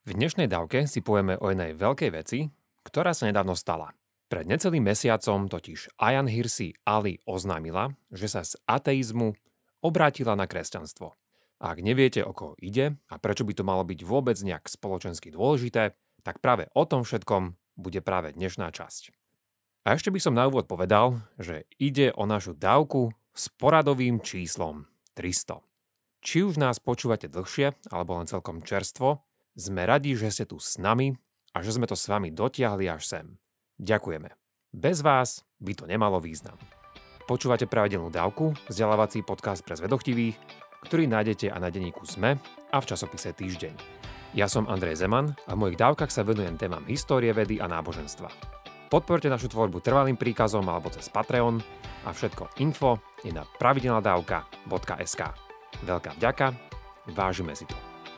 V dnešnej dávke si povieme o jednej veľkej veci, ktorá sa nedávno stala. Pred necelým mesiacom totiž Ayaan Hirsi Ali oznámila, že sa z ateizmu obrátila na kresťanstvo. A ak neviete, o koho ide a prečo by to malo byť vôbec nejak spoločensky dôležité, tak práve o tom všetkom bude práve dnešná časť. A ešte by som na úvod povedal, že ide o našu dávku s poradovým číslom 300. Či už nás počúvate dlhšie, alebo len celkom čerstvo, sme radi, že ste tu s nami a že sme to s vami dotiahli až sem. Ďakujeme. Bez vás by to nemalo význam. Počúvate pravidelnú dávku, vzdelávací podcast pre zvedochtivých, ktorý nájdete aj na denníku SME a v časopise Týždeň. Ja som Andrej Zeman a v mojich dávkach sa venujem témam histórie, vedy a náboženstva. Podporte našu tvorbu trvalým príkazom alebo cez Patreon a všetko info je na pravidelnadavka.sk. Veľká vďaka, vážime si to.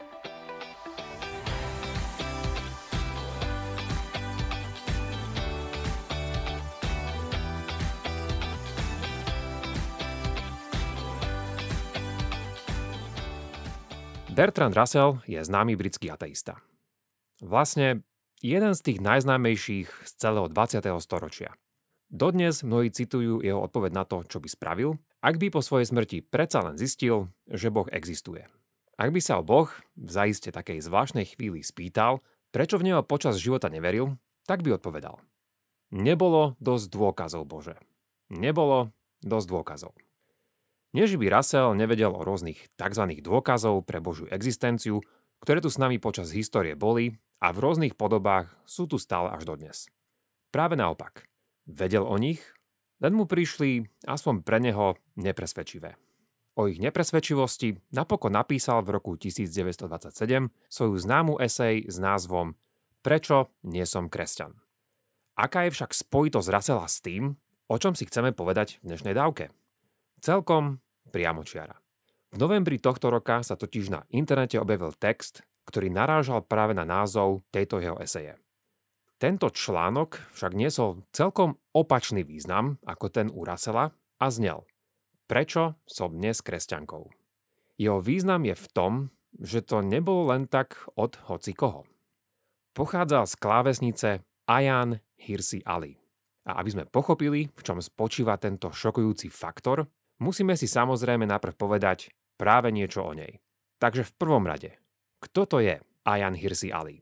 Bertrand Russell je známy britský ateista. Vlastne jeden z tých najznámejších z celého 20. storočia. Dodnes mnohí citujú jeho odpoveď na to, čo by spravil, ak by po svojej smrti predsa len zistil, že Boh existuje. Ak by sa o Boh v zaiste takej zvláštnej chvíli spýtal, prečo v neho počas života neveril, tak by odpovedal: Nebolo dosť dôkazov, Bože. Nebolo dosť dôkazov. Nie, že by Russell nevedel o rôznych tzv. Dôkazov pre Božiu existenciu, ktoré tu s nami počas histórie boli a v rôznych podobách sú tu stále až dodnes. Práve naopak. Vedel o nich, len mu prišli, aspoň pre neho, nepresvedčivé. O ich nepresvedčivosti napokon napísal v roku 1927 svoju známu esej s názvom Prečo nie som kresťan. Aká je však spojitosť Russella s tým, o čom si chceme povedať v dnešnej dávke? Celkom priamočiara. V novembri tohto roka sa totiž na internete objavil text, ktorý narážal práve na názov tejto jeho eseje. Tento článok však niesol celkom opačný význam ako ten u Russella a znel: Prečo som dnes kresťankou? Jeho význam je v tom, že to nebolo len tak od hocikoho. Pochádzal z klávesnice Ayaan Hirsi Ali. A aby sme pochopili, v čom spočíva tento šokujúci faktor, musíme si samozrejme najprv povedať práve niečo o nej. Takže v prvom rade, kto to je Ayaan Hirsi Ali?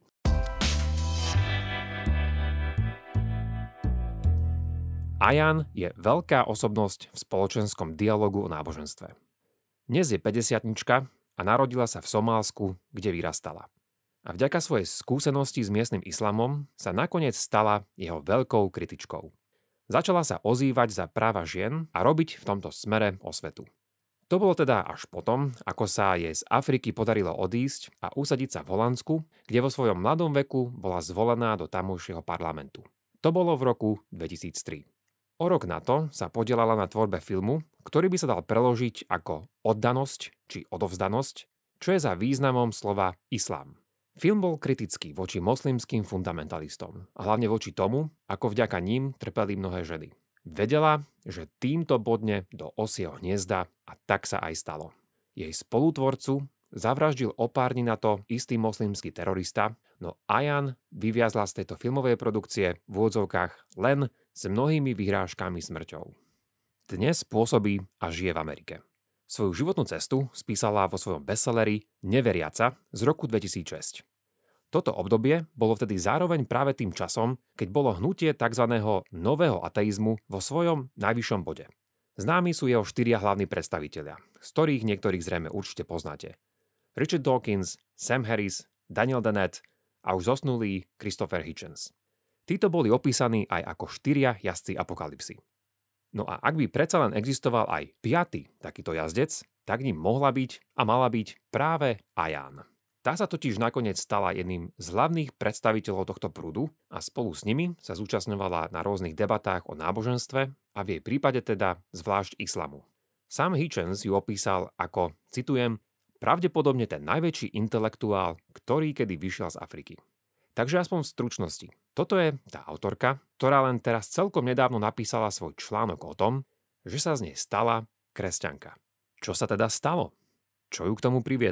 Ayaan je veľká osobnosť v spoločenskom dialogu o náboženstve. Dnes je 50-tnička a narodila sa v Somálsku, kde vyrastala. A vďaka svojej skúsenosti s miestnym islamom sa nakoniec stala jeho veľkou kritičkou. Začala sa ozývať za práva žien a robiť v tomto smere osvetu. To bolo teda až potom, ako sa jej z Afriky podarilo odísť a usadiť sa v Holandsku, kde vo svojom mladom veku bola zvolená do tamojšieho parlamentu. To bolo v roku 2003. O rok na to sa podielala na tvorbe filmu, ktorý by sa dal preložiť ako oddanosť či odovzdanosť, čo je za významom slova islám. Film bol kritický voči moslimským fundamentalistom a hlavne voči tomu, ako vďaka ním trpeli mnohé ženy. Vedela, že týmto bodne do osieho hniezda a tak sa aj stalo. Jej spolutvorcu zavraždil o pár dní na to istý moslimský terorista, no Ayaan vyviazla z tejto filmovej produkcie v úvodzovkách len s mnohými vyhrážkami smrťou. Dnes pôsobí a žije v Amerike. Svoju životnú cestu spísala vo svojom bestselleri Neveriaca z roku 2006. Toto obdobie bolo vtedy zároveň práve tým časom, keď bolo hnutie tzv. Nového ateizmu vo svojom najvyššom bode. Známi sú jeho 4 hlavní predstavitelia, z ktorých niektorých zrejme určite poznáte. Richard Dawkins, Sam Harris, Daniel Dennett a už zosnulý Christopher Hitchens. Títo boli opísaní aj ako 4 jazdci apokalypsy. No a ak by predsa len existoval aj 5. takýto jazdec, tak ním mohla byť a mala byť práve Ayaan. Tá sa totiž nakoniec stala jedným z hlavných predstaviteľov tohto prúdu a spolu s nimi sa zúčastňovala na rôznych debatách o náboženstve a v jej prípade teda zvlášť islamu. Sam Hitchens ju opísal ako, citujem, pravdepodobne ten najväčší intelektuál, ktorý kedy vyšiel z Afriky. Takže aspoň v stručnosti. Toto je tá autorka, ktorá len teraz celkom nedávno napísala svoj článok o tom, že sa z nej stala kresťanka. Čo sa teda stalo? Čo ju k tomu priviedlo?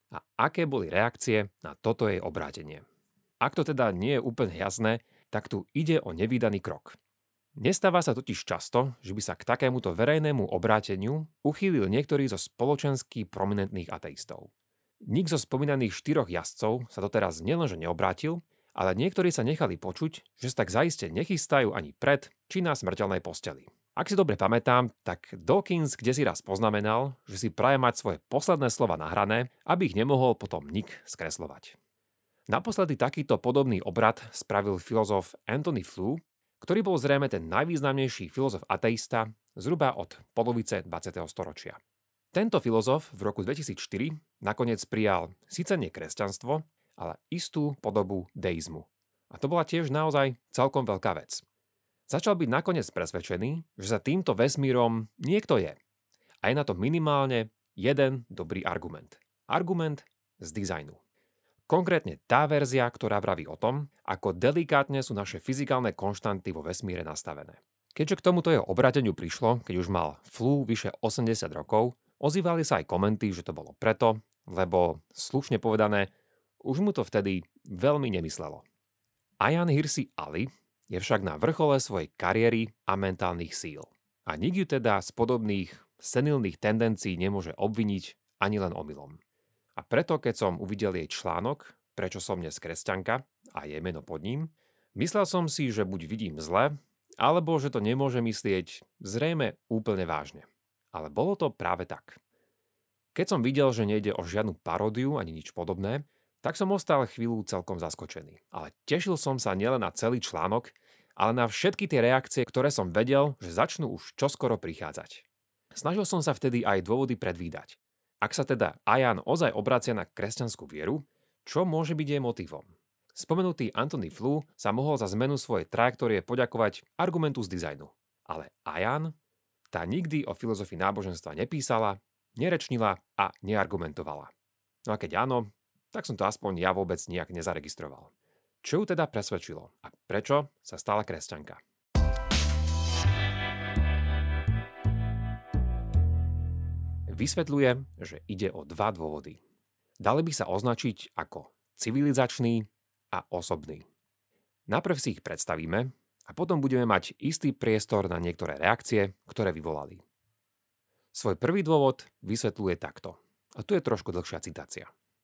a aké boli reakcie na toto jej obrátenie. Ak to teda nie je úplne jasné, tak tu ide o nevídaný krok. Nestáva sa totiž často, že by sa k takémuto verejnému obráteniu uchýlil niektorý zo spoločensky prominentných ateistov. Nik zo spomínaných 4 jazdcov sa doteraz nielenže neobrátil, ale niektorí sa nechali počuť, že sa tak zaiste nechystajú ani pred či na smrteľnej posteli. Ak si dobre pamätám, tak Dawkins kdesi raz poznamenal, že si praje mať svoje posledné slova nahrané, aby ich nemohol potom nik skreslovať. Naposledy takýto podobný obrad spravil filozof Anthony Flew, ktorý bol zrejme ten najvýznamnejší filozof ateista zhruba od polovice 20. storočia. Tento filozof v roku 2004 nakoniec prijal síce nie kresťanstvo, ale istú podobu deizmu. A to bola tiež naozaj celkom veľká vec. Začal byť nakoniec presvedčený, že za týmto vesmírom niekto je. A je na to minimálne jeden dobrý argument. Argument z dizajnu. Konkrétne tá verzia, ktorá vraví o tom, ako delikátne sú naše fyzikálne konštanty vo vesmíre nastavené. Keďže k tomuto jeho obrateniu prišlo, keď už mal Flew vyše 80 rokov, ozývali sa aj komenty, že to bolo preto, lebo slušne povedané, už mu to vtedy veľmi nemyslelo. Ayaan Hirsi Ali je však na vrchole svojej kariéry a mentálnych síl. A nik ju teda z podobných senilných tendencií nemôže obviniť ani len omylom. A preto, keď som uvidel jej článok, Prečo som dnes kresťanka a jej meno pod ním, myslel som si, že buď vidím zle, alebo že to nemôže myslieť zrejme úplne vážne. Ale bolo to práve tak. Keď som videl, že nejde o žiadnu paródiu ani nič podobné, tak som ostal chvíľu celkom zaskočený. Ale tešil som sa nielen na celý článok, ale na všetky tie reakcie, ktoré som vedel, že začnú už čoskoro prichádzať. Snažil som sa vtedy aj dôvody predvídať. Ak sa teda Ayaan ozaj obracia na kresťanskú vieru, čo môže byť jej motivom? Spomenutý Anthony Flew sa mohol za zmenu svojej trajektórie poďakovať argumentu z dizajnu. Ale Ayaan, tá nikdy o filozofii náboženstva nepísala, nerečnila a neargumentovala. No a keď áno, tak som to aspoň ja vôbec nejak nezaregistroval. Čo ju teda presvedčilo a prečo sa stala kresťanka? Vysvetľuje, že ide o 2 dôvody. Dali by sa označiť ako civilizačný a osobný. Najprv si ich predstavíme a potom budeme mať istý priestor na niektoré reakcie, ktoré vyvolali. Svoj prvý dôvod vysvetľuje takto. A tu je trošku dlhšia citácia.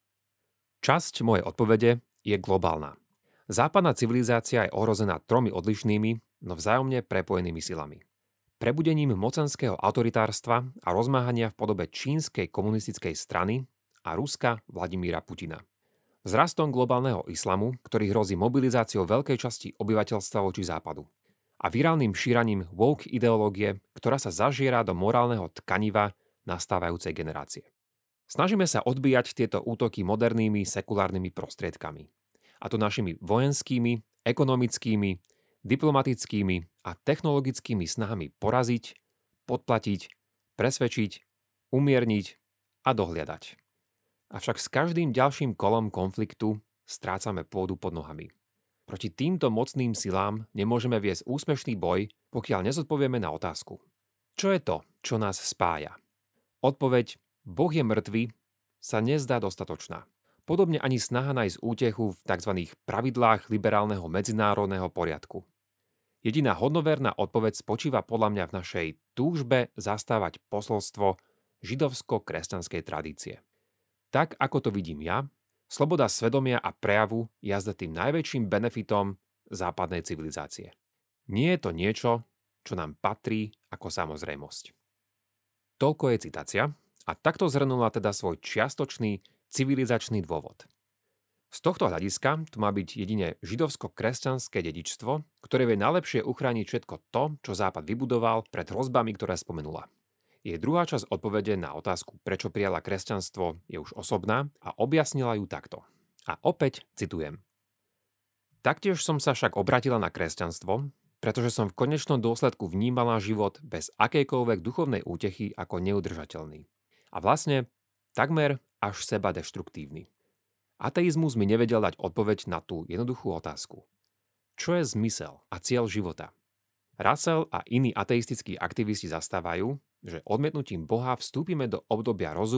Časť mojej odpovede je globálna. Západná civilizácia je ohrozená 3 odlišnými, no vzájomne prepojenými silami. Prebudením mocenského autoritárstva a rozmáhania v podobe čínskej komunistickej strany a Ruska Vladimíra Putina. Vzrastom globálneho islamu, ktorý hrozí mobilizáciou veľkej časti obyvateľstva voči západu. A virálnym šíraním woke ideológie, ktorá sa zažiera do morálneho tkaniva nastávajúcej generácie. Snažíme sa odbíjať tieto útoky modernými sekulárnymi prostriedkami. A to našimi vojenskými, ekonomickými, diplomatickými a technologickými snahami poraziť, podplatiť, presvedčiť, umierniť a dohliadať. Avšak s každým ďalším kolom konfliktu strácame pôdu pod nohami. Proti týmto mocným silám nemôžeme viesť úspešný boj, pokiaľ nezodpovieme na otázku. Čo je to, čo nás spája? Odpoveď Boh je mŕtvy sa nezdá dostatočná. Podobne ani snaha nájsť útechu v tzv. Pravidlách liberálneho medzinárodného poriadku. Jediná hodnoverná odpoveď spočíva podľa mňa v našej túžbe zastávať posolstvo židovsko-kresťanskej tradície. Tak, ako to vidím ja, sloboda svedomia a prejavu je jazda tým najväčším benefitom západnej civilizácie. Nie je to niečo, čo nám patrí ako samozrejmosť. Toľko je citácia a takto zhrnula teda svoj čiastočný civilizačný dôvod. Z tohto hľadiska tu má byť jedine židovsko-kresťanské dedičstvo, ktoré vie najlepšie uchrániť všetko to, čo Západ vybudoval pred hrozbami, ktoré spomenula. Jej druhá časť odpovede na otázku, prečo prijala kresťanstvo, je už osobná a objasnila ju takto. A opäť citujem. Taktiež som sa však obratila na kresťanstvo, pretože som v konečnom dôsledku vnímala život bez akejkoľvek duchovnej útechy ako neudržateľný. A vlastne takmer až seba deštruktívny. Ateizmus mi nevedel dať odpoveď na tú jednoduchú otázku. Čo je zmysel a cieľ života? Russell a iní ateistickí aktivisti zastávajú, že odmietnutím Boha vstúpime do obdobia rozumu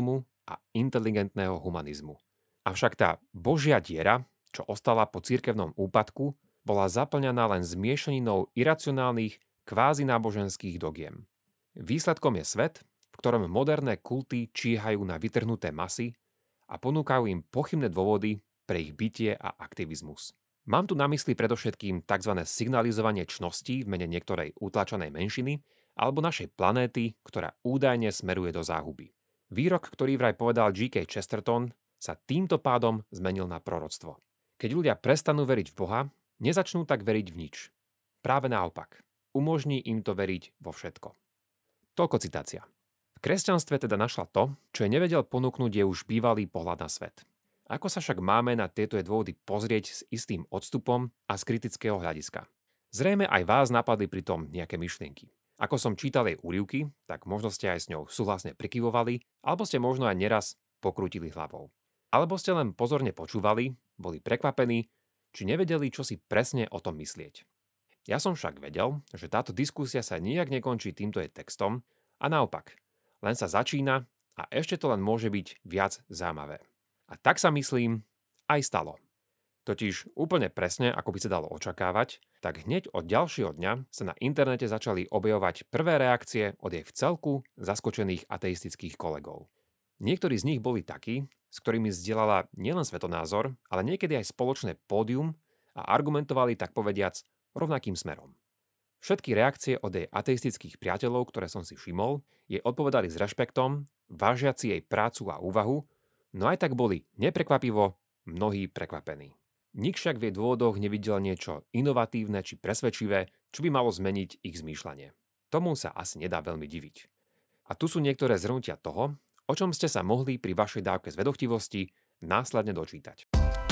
a inteligentného humanizmu. Avšak tá Božia diera, čo ostala po cirkevnom úpadku, bola zaplňaná len zmiešaninou iracionálnych, kvázi náboženských dogiem. Výsledkom je svet, v ktorom moderné kulty číhajú na vytrhnuté masy a ponúkajú im pochybné dôvody pre ich bytie a aktivizmus. Mám tu na mysli predovšetkým tzv. Signalizovanie čností v mene niektorej utlačanej menšiny alebo našej planéty, ktorá údajne smeruje do záhuby. Výrok, ktorý vraj povedal G.K. Chesterton, sa týmto pádom zmenil na proroctvo. Keď ľudia prestanú veriť v Boha, nezačnú tak veriť v nič. Práve naopak, umožní im to veriť vo všetko. Toľko citácia. V kresťanstve teda našla to, čo jej nevedel ponúknuť je už bývalý pohľad na svet. Ako sa však máme na tieto dôvody pozrieť s istým odstupom a z kritického hľadiska? Zrejme aj vás napadli pri tom nejaké myšlienky. Ako som čítal jej úryvky, tak možno ste aj s ňou súhlasne prikyvovali, alebo ste možno aj neraz pokrútili hlavou. Alebo ste len pozorne počúvali, boli prekvapení, či nevedeli, čo si presne o tom myslieť. Ja som však vedel, že táto diskusia sa nijak nekončí týmto jej textom a naopak, len sa začína a ešte to len môže byť viac zaujímavé. A tak sa myslím, aj stalo. Totiž úplne presne, ako by sa dalo očakávať, tak hneď od ďalšieho dňa sa na internete začali objavovať prvé reakcie od jej vcelku zaskočených ateistických kolegov. Niektorí z nich boli takí, s ktorými zdieľala nielen svetonázor, ale niekedy aj spoločné pódium a argumentovali tak povediac rovnakým smerom. Všetky reakcie od jej ateistických priateľov, ktoré som si všimol, jej odpovedali s rešpektom, vážiaci jej prácu a úvahu, no aj tak boli neprekvapivo mnohí prekvapení. Nik však v jej dôvodoch nevidel niečo inovatívne či presvedčivé, čo by malo zmeniť ich zmýšľanie. Tomu sa asi nedá veľmi diviť. A tu sú niektoré zhrnutia toho, o čom ste sa mohli pri vašej dávke zvedochtivosti následne dočítať.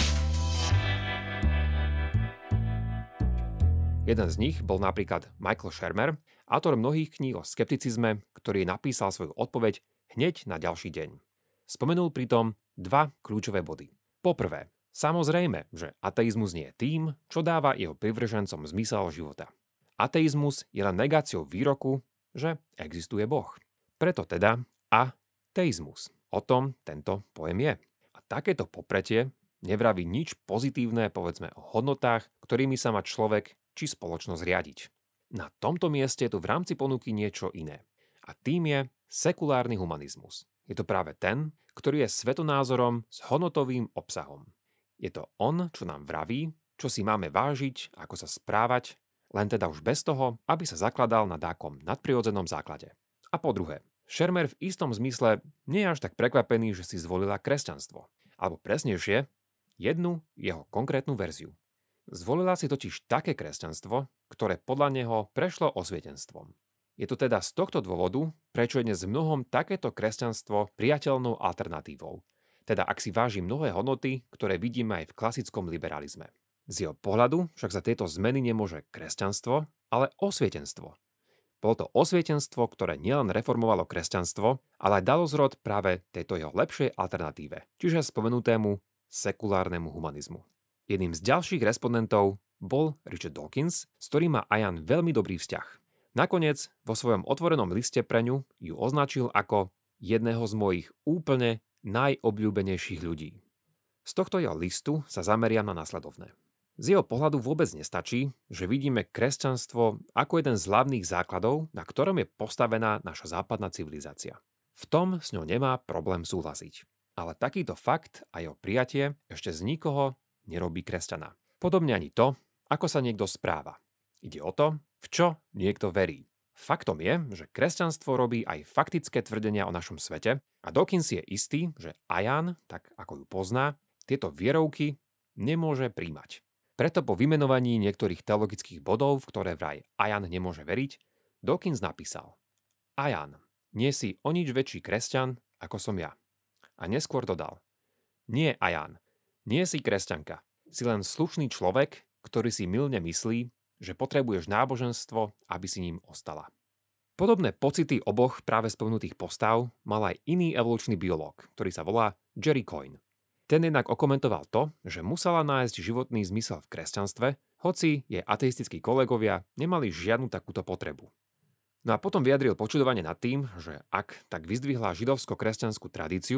Jeden z nich bol napríklad Michael Shermer, autor mnohých kníh o skepticizme, ktorý napísal svoju odpoveď hneď na ďalší deň. Spomenul pritom dva kľúčové body. Poprvé, samozrejme, že ateizmus nie je tým, čo dáva jeho privržencom zmysel života. Ateizmus je len negáciou výroku, že existuje Boh. Preto teda ateizmus. O tom tento pojem je. A takéto popretie nevraví nič pozitívne, povedzme, o hodnotách, ktorými sa má človek či spoločnosť riadiť. Na tomto mieste je tu v rámci ponuky niečo iné. A tým je sekulárny humanizmus. Je to práve ten, ktorý je svetonázorom s hodnotovým obsahom. Je to on, čo nám vraví, čo si máme vážiť, ako sa správať, len teda už bez toho, aby sa zakladal na dákom nadprirodzenom základe. A po druhé, Shermer v istom zmysle nie je až tak prekvapený, že si zvolila kresťanstvo. Alebo presnejšie, jednu jeho konkrétnu verziu. Zvolila si totiž také kresťanstvo, ktoré podľa neho prešlo osvietenstvom. Je to teda z tohto dôvodu, prečo je dnes mnohom takéto kresťanstvo priateľnou alternatívou. Teda ak si váži mnohé hodnoty, ktoré vidíme aj v klasickom liberalizme. Z jeho pohľadu však za tieto zmeny nemôže kresťanstvo, ale osvietenstvo. Bolo to osvietenstvo, ktoré nielen reformovalo kresťanstvo, ale aj dalo zrod práve tejto jeho lepšej alternatíve, čiže spomenutému sekulárnemu humanizmu. Jedným z ďalších respondentov bol Richard Dawkins, s ktorým má Ian veľmi dobrý vzťah. Nakoniec vo svojom otvorenom liste pre ňu ju označil ako jedného z mojich úplne najobľúbenejších ľudí. Z tohto jeho listu sa zameriam na nasledovné. Z jeho pohľadu vôbec nestačí, že vidíme kresťanstvo ako jeden z hlavných základov, na ktorom je postavená naša západná civilizácia. V tom s ňou nemá problém súhlasiť. Ale takýto fakt a jeho prijatie ešte z nikoho nerobí kresťana. Podobne ani to, ako sa niekto správa. Ide o to, v čo niekto verí. Faktom je, že kresťanstvo robí aj faktické tvrdenia o našom svete a Dawkins je istý, že Ian, tak ako ju pozná, tieto vierovky nemôže príjmať. Preto po vymenovaní niektorých teologických bodov, v ktoré vraj Ian nemôže veriť, Dawkins napísal: Ian, nie si o nič väčší kresťan, ako som ja. A neskôr dodal: Nie, Ian, nie si kresťanka. Si len slušný človek, ktorý si mylne myslí, že potrebuješ náboženstvo, aby si ním ostala. Podobné pocity oboch práve spomenutých postav mal aj iný evolučný biológ, ktorý sa volá Jerry Coyne. Ten jednak okomentoval to, že musela nájsť životný zmysel v kresťanstve, hoci jej ateistickí kolegovia nemali žiadnu takúto potrebu. No a potom vyjadril počudovanie nad tým, že ak tak vyzdvihla židovsko-kresťanskú tradíciu,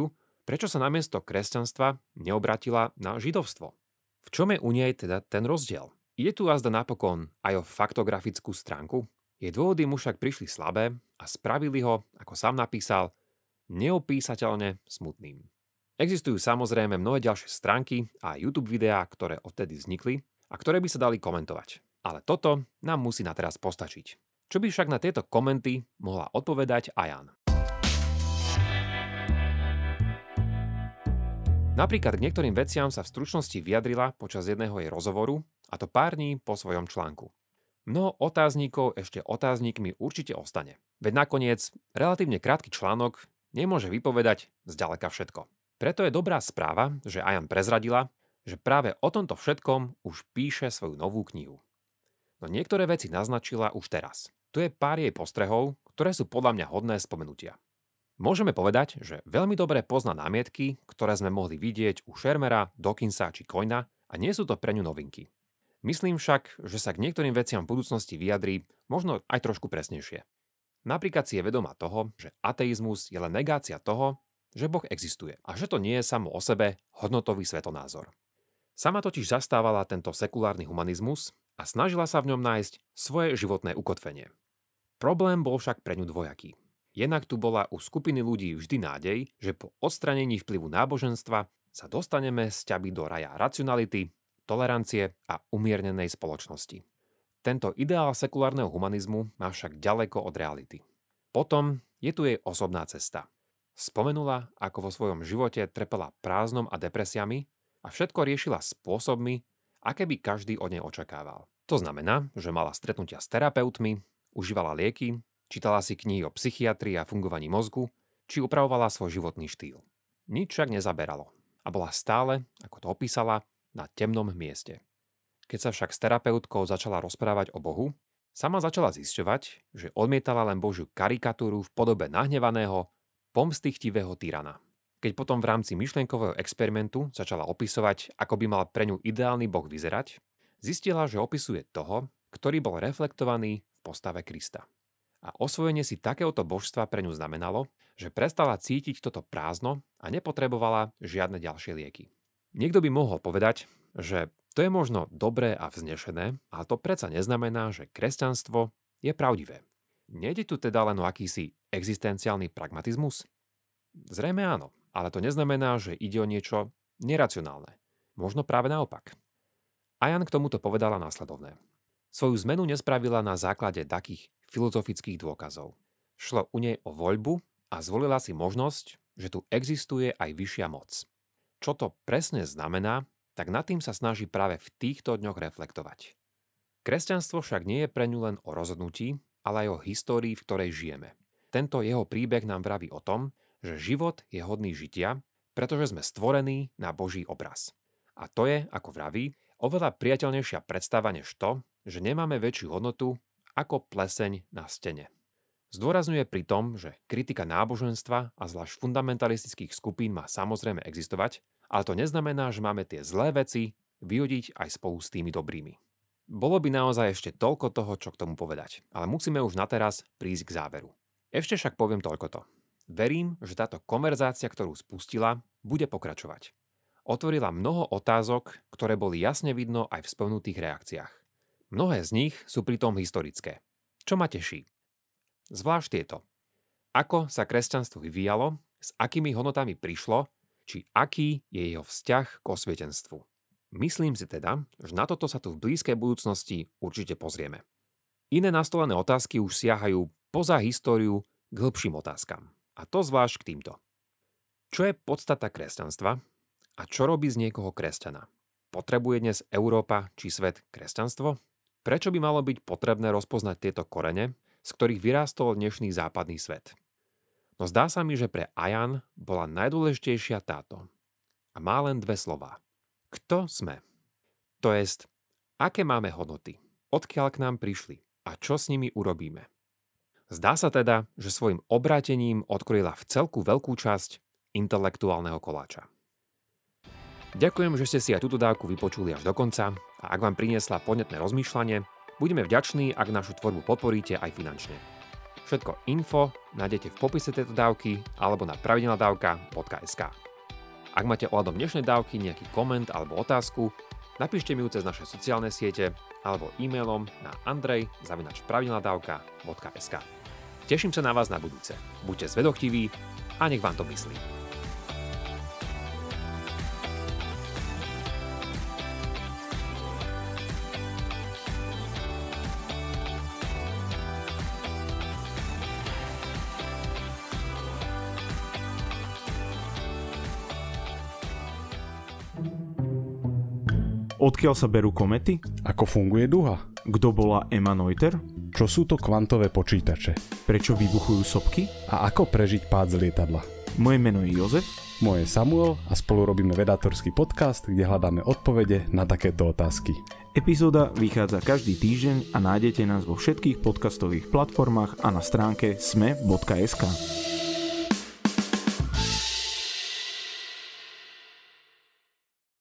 Prečo sa namiesto kresťanstva neobratila na židovstvo? V čom je u nej teda ten rozdiel? Ide tu azda napokon aj o faktografickú stránku? Jej dôvody mu však prišli slabé a spravili ho, ako sám napísal, neopísateľne smutným. Existujú samozrejme mnohé ďalšie stránky a YouTube videá, ktoré odtedy vznikli a ktoré by sa dali komentovať. Ale toto nám musí na teraz postačiť. Čo by však na tieto komenty mohla odpovedať Ayan? Napríklad k niektorým veciam sa v stručnosti vyjadrila počas jedného jej rozhovoru, a to pár dní po svojom článku. Mnoho otáznikov ešte otáznikmi určite ostane. Veď nakoniec relatívne krátky článok nemôže vypovedať zďaleka všetko. Preto je dobrá správa, že Ayan prezradila, že práve o tomto všetkom už píše svoju novú knihu. No niektoré veci naznačila už teraz. Tu je pár jej postrehov, ktoré sú podľa mňa hodné spomenutia. Môžeme povedať, že veľmi dobre pozná námietky, ktoré sme mohli vidieť u Shermera, Dawkinsa či Coyna a nie sú to pre ňu novinky. Myslím však, že sa k niektorým veciam v budúcnosti vyjadrí možno aj trošku presnejšie. Napríklad si je vedomá toho, že ateizmus je len negácia toho, že Boh existuje a že to nie je samo o sebe hodnotový svetonázor. Sama totiž zastávala tento sekulárny humanizmus a snažila sa v ňom nájsť svoje životné ukotvenie. Problém bol však pre ňu dvojaký. Jednak tu bola u skupiny ľudí vždy nádej, že po odstranení vplyvu náboženstva sa dostaneme z ťaby do raja racionality, tolerancie a umiernenej spoločnosti. Tento ideál sekulárneho humanizmu má však ďaleko od reality. Potom je tu jej osobná cesta. Spomenula, ako vo svojom živote trpela prázdnom a depresiami a všetko riešila spôsobmi, aké by každý od nej očakával. To znamená, že mala stretnutia s terapeutmi, užívala lieky, čítala si knihy o psychiatrii a fungovaní mozgu, či upravovala svoj životný štýl. Nič však nezaberalo a bola stále, ako to opísala, na temnom mieste. Keď sa však s terapeutkou začala rozprávať o Bohu, sama začala zisťovať, že odmietala len Božiu karikatúru v podobe nahnevaného, pomstychtivého tyrana. Keď potom v rámci myšlienkového experimentu začala opisovať, ako by mal pre ňu ideálny Boh vyzerať, zistila, že opisuje toho, ktorý bol reflektovaný v postave Krista. A osvojenie si takéhoto božstva pre ňu znamenalo, že prestala cítiť toto prázdno a nepotrebovala žiadne ďalšie lieky. Niekto by mohol povedať, že to je možno dobré a vznešené, ale to predsa neznamená, že kresťanstvo je pravdivé. Nejde tu teda len o akýsi existenciálny pragmatizmus? Zrejme áno, ale to neznamená, že ide o niečo neracionálne. Možno práve naopak. Ayan k tomuto povedala následovné. Svoju zmenu nespravila na základe takých filozofických dôkazov. Šlo u nej o voľbu a zvolila si možnosť, že tu existuje aj vyššia moc. Čo to presne znamená, tak nad tým sa snaží práve v týchto dňoch reflektovať. Kresťanstvo však nie je pre ňu len o rozhodnutí, ale aj o histórii, v ktorej žijeme. Tento jeho príbeh nám vraví o tom, že život je hodný žitia, pretože sme stvorení na Boží obraz. A to je, ako vraví, oveľa priateľnejšia predstava než to, že nemáme väčšiu hodnotu ako pleseň na stene. Zdôrazňuje pri tom, že kritika náboženstva a zvlášť fundamentalistických skupín má samozrejme existovať, ale to neznamená, že máme tie zlé veci vyhodiť aj spolu s tými dobrými. Bolo by naozaj ešte toľko toho, čo k tomu povedať, ale musíme už na teraz prísť k záveru. Ešte však poviem toľkoto. Verím, že táto konverzácia, ktorú spustila, bude pokračovať. Otvorila mnoho otázok, ktoré boli jasne vidno aj v spomenutých reakciách. Mnohé z nich sú pritom historické. Čo ma teší? Zvlášť tieto. Ako sa kresťanstvo vyvíjalo, s akými hodnotami prišlo, či aký je jeho vzťah k osvietenstvu. Myslím si teda, že na toto sa tu v blízkej budúcnosti určite pozrieme. Iné nastolené otázky už siahajú poza históriu k hĺbším otázkam. A to zvlášť k týmto. Čo je podstata kresťanstva a čo robí z niekoho kresťana? Potrebuje dnes Európa či svet kresťanstvo? Prečo by malo byť potrebné rozpoznať tieto korene, z ktorých vyrástol dnešný západný svet? No zdá sa mi, že pre Ayan bola najdôležitejšia táto. A má len dve slová. Kto sme? To jest, aké máme hodnoty? Odkiaľ k nám prišli? A čo s nimi urobíme? Zdá sa teda, že svojim obrátením odkryla v celku veľkú časť intelektuálneho koláča. Ďakujem, že ste si aj túto dávku vypočuli až do konca a ak vám priniesla podnetné rozmýšľanie, budeme vďační, ak našu tvorbu podporíte aj finančne. Všetko info nájdete v popise tejto dávky alebo na pravidelnadavka.sk. Ak máte ohľadom dnešnej dávky nejaký koment alebo otázku, napíšte mi ju cez naše sociálne siete alebo e-mailom na andrej@pravidelnadavka.sk. Teším sa na vás na budúce. Buďte zvedochtiví a nech vám to myslí. Odkiaľ sa berú komety? Ako funguje duha? Kto bola Emma Noether? Čo sú to kvantové počítače? Prečo vybuchujú sopky? A ako prežiť pád z lietadla? Moje meno je Jozef. Moje je Samuel a spolu robíme vedátorský podcast, kde hľadáme odpovede na takéto otázky. Epizóda vychádza každý týždeň a nájdete nás vo všetkých podcastových platformách a na stránke sme.sk.